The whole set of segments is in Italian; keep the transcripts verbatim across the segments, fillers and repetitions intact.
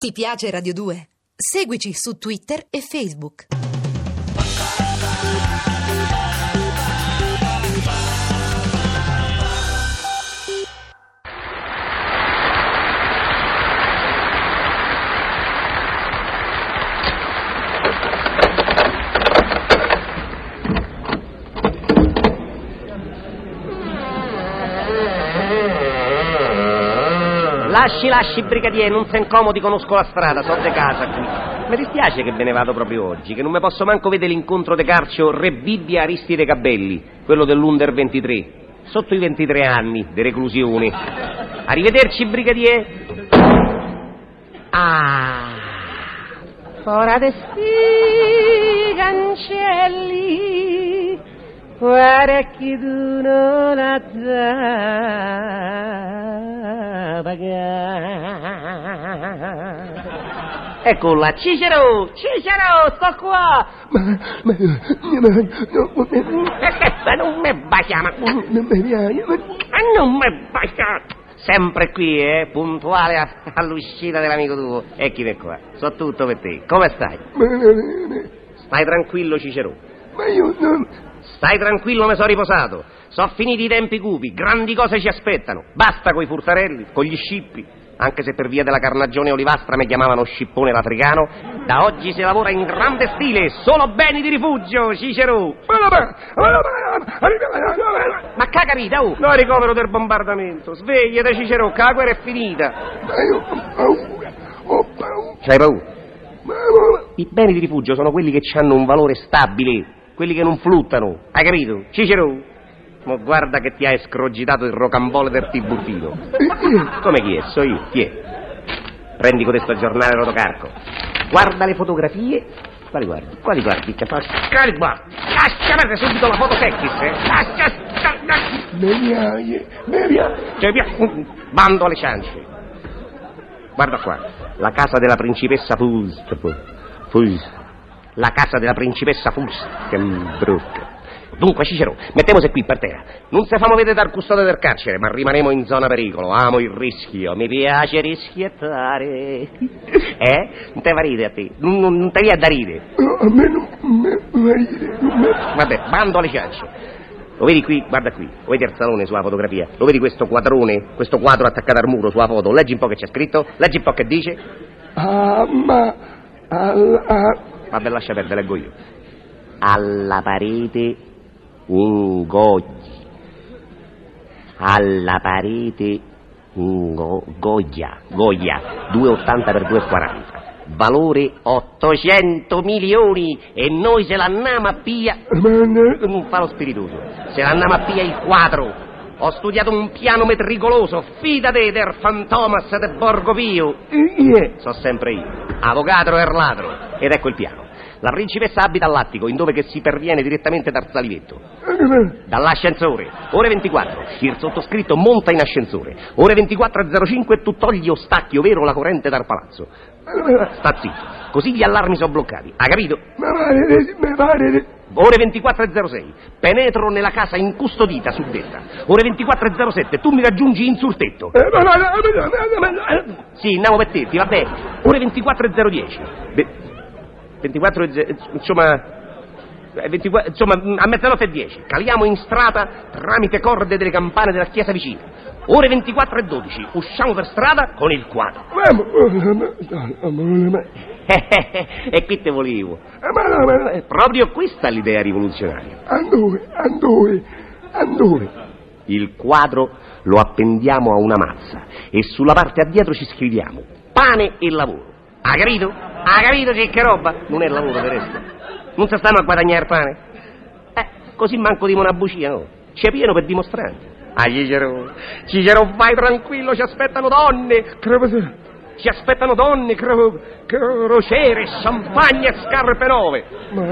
Ti piace Radio due? Seguici su Twitter e Facebook. Lasci, lasci, brigadier, non sei incomodi, conosco la strada, so de casa qui. Mi dispiace che ve ne vado proprio oggi, che non mi posso manco vedere l'incontro de Carcio Re Bibbia Aristide Gabelli, quello dell'Under ventitré, sotto i ventitré anni di reclusione. Arrivederci, brigadier. Ah, ora de sti cancelli, guarda chi tu non la Eccola, Cicero, Cicero, sto qua. Ma, ma, ma, no, ma non mi bacia, ma non mi piace, ma... non mi bacia. Sempre qui, eh, puntuale a, all'uscita dell'amico tuo. E chi è qua? So tutto per te. Come stai? Ma, Stai tranquillo, Cicero. ma io non... Stai tranquillo, mi sono riposato. Sono finiti i tempi cupi, grandi cose ci aspettano. Basta coi furtarelli, con gli scippi. Anche se per via della carnagione olivastra mi chiamavano scippone l'africano, da oggi si lavora in grande stile, solo beni di rifugio, Cicero. Ma che capita, oh? No, ricovero del bombardamento. Svegliate, Cicero, che la guerra è finita. Ma io ho paura, ho paura. C'hai paura? Ma, ma, I beni di rifugio sono quelli che hanno un valore stabile, quelli che non fluttano. Hai capito, Cicero? Ma guarda che ti hai scrogitato il rocambole del Tiburtino. Come chi è? So io, chi è? Prendi questo giornale rotocarco. Guarda le fotografie. Quali guardi? Quali guardi? Che faccio? Quali guardi? Lascia vedere subito la foto Secchis, eh? Lascia, lascia. mi piace, mi piace. Cioè, via. Bando alle ciance. Guarda qua. La casa della principessa Fust. Fust. La casa della principessa Fust. Che brutta. Dunque, Cicero, mettiamoci qui per terra. Non se famo vedere dal custode del carcere, ma rimanemo in zona pericolo. Amo il rischio, mi piace rischiettare. Eh? Non te va ride a te? Non, non, non te viene da ride? No, a me non mi va ride, non mi... Vabbè, bando alle ciance. Lo vedi qui? Guarda qui. Lo vedi al salone sulla fotografia? Lo vedi questo quadrone, questo quadro attaccato al muro sulla foto? Leggi un po' che c'è scritto, leggi un po' che dice. Ah, ma... alla... Vabbè, lascia perdere, leggo io. Alla parete... un gogli, alla parete un go, goglia, goglia, due virgola ottanta per due virgola quaranta, valore ottocento milioni e noi se l'andiamo a pia, non fa lo spiritoso, se l'andiamo a pia il quadro, ho studiato un piano metricoloso, fidate del Fantomas de Borgo Pio, so sempre io, avvocato e ladro, ed ecco il piano. La principessa abita all'attico, in dove che si perviene direttamente dal salivetto. Dall'ascensore, ore ventiquattro, il sottoscritto monta in ascensore. Ore ventiquattro e zero cinque tu togli ostacchi, ovvero la corrente dal palazzo. Sta zitto, così gli allarmi sono bloccati, ha capito? Ma pare, mi pare... Ore ventiquattro e zero sei, penetro nella casa incustodita suddetta. Ore ventiquattro e zero sette, tu mi raggiungi in sul tetto. Sì, andiamo per te, ti va bene. Ore ventiquattro e zero dieci. ventiquattro, insomma, ventiquattro, insomma, a mezzanotte e dieci, caliamo in strada tramite corde delle campane della chiesa vicina. Ore ventiquattro e dodici, usciamo per strada con il quadro. E qui te volevo. Proprio questa è l'idea rivoluzionaria. Andove, andove, andove. Il quadro lo appendiamo a una mazza e sulla parte addietro ci scriviamo pane e lavoro. Ha capito? Ha capito che che roba? Non è lavoro per resto. Non si stanno a guadagnare pane? Eh, così manco di una bugia, no? C'è pieno per dimostranti. Ah, Cicero, Cicero, vai tranquillo, ci aspettano donne. Ci aspettano donne, cro- crociere, champagne e scarpe nuove.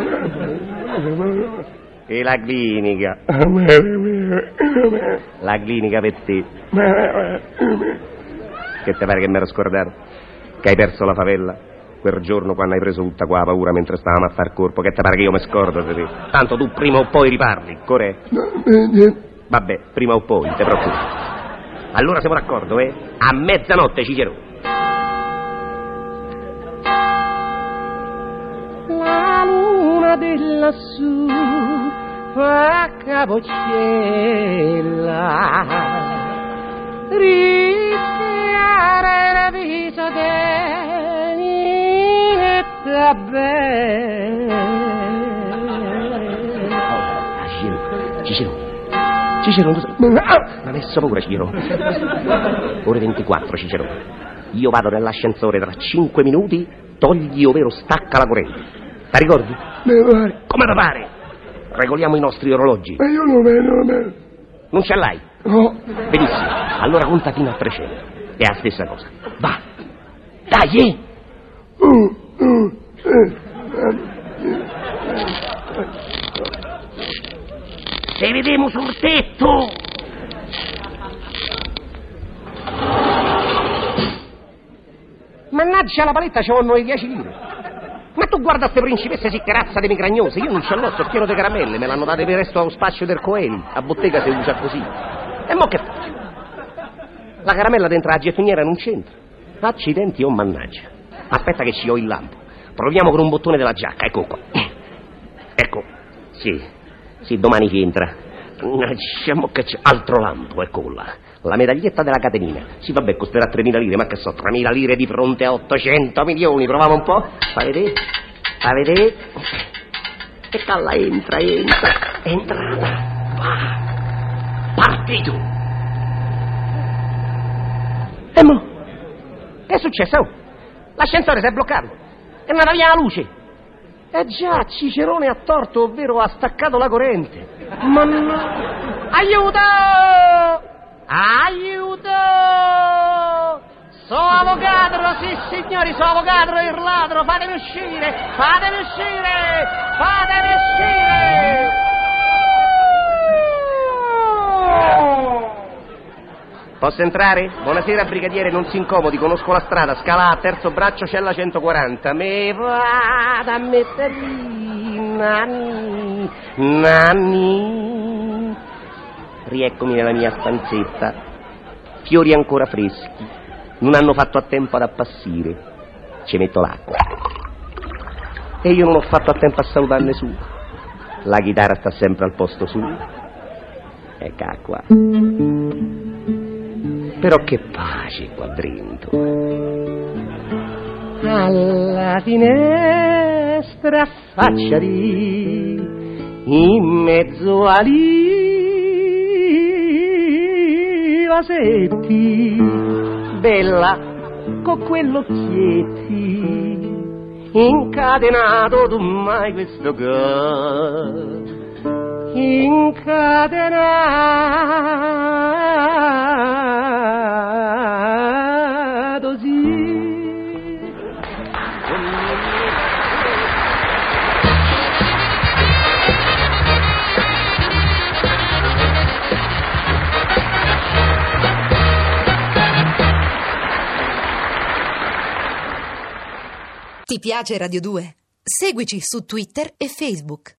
E la clinica? La clinica per te. Che te pare che mi ero scordato? Che hai perso la favella? Quel giorno quando hai preso tutta qua paura mentre stavamo a far corpo, che te pare che io mi scordo di te? Tanto tu prima o poi riparli, corè? Vabbè, prima o poi, non te preoccupare. Allora siamo d'accordo, eh? A mezzanotte, Cicero. di lassù a capocella rischiare la vita della bella. Cicero, Cicero, Cicero, non ha messo paura, Cicero. Ore ventiquattro, Cicero. Io vado nell'ascensore tra cinque minuti, togli ovvero stacca la corrente. Ti ricordi? Mi pare. Come ti pare? Regoliamo i nostri orologi. Ma io non vedo, non vedo. Non ce l'hai? No. Benissimo, allora conta fino a trecento. È la stessa cosa. Va, dai, eh! Uh, uh, eh, Se vediamo sul tetto! Mannaggia la paletta, ci vogliono i dieci lire. Ma tu guarda queste principesse si carazzate migragnose, io non ce l'ho, sono pieno di caramelle, me l'hanno date per il resto allo spazio del Coeli, a bottega si usa così. E mo che faccio? La caramella dentro la gettoniera non c'entra. Accidenti, oh mannaggia. Aspetta che ci ho il lampo. Proviamo con un bottone della giacca, ecco qua. Ecco, sì, sì, domani che entra. Diciamo che c'è altro lampo, ecco là. La medaglietta della catenina. Sì, vabbè, costerà tremila lire, ma che so, tremila lire di fronte a ottocento milioni. Proviamo un po'. Fa vedere, fa vedere. E calla, entra, entra. Entrata. Va. Partito. E mo? Che è successo? Oh? L'ascensore si è bloccato. È andata via la luce. Eh già, Cicerone ha torto, ovvero ha staccato la corrente. Ma no. Aiuto! Aiuto! Sono avvocato, sì signori, sono avvocato il ladro, fatemi uscire, fatemi uscire, fatemi uscire! Posso entrare? Buonasera brigadiere, non si incomodi, conosco la strada, scala A, terzo braccio, cella centoquaranta. Me vado a mettere lì, nanni, nanni. Rieccomi nella mia stanzetta. Fiori ancora freschi, non hanno fatto a tempo ad appassire. Ci metto l'acqua. E io non ho fatto a tempo a salutare nessuno. La chitarra sta sempre al posto suo. Eccola qua. Però che pace qua dentro. Alla finestra affacciati in mezzo ali vasetti, bella con quell'occhietti incatenato tu mai questo cuore incatenato sì. Ti piace Radio due? Seguici su Twitter e Facebook.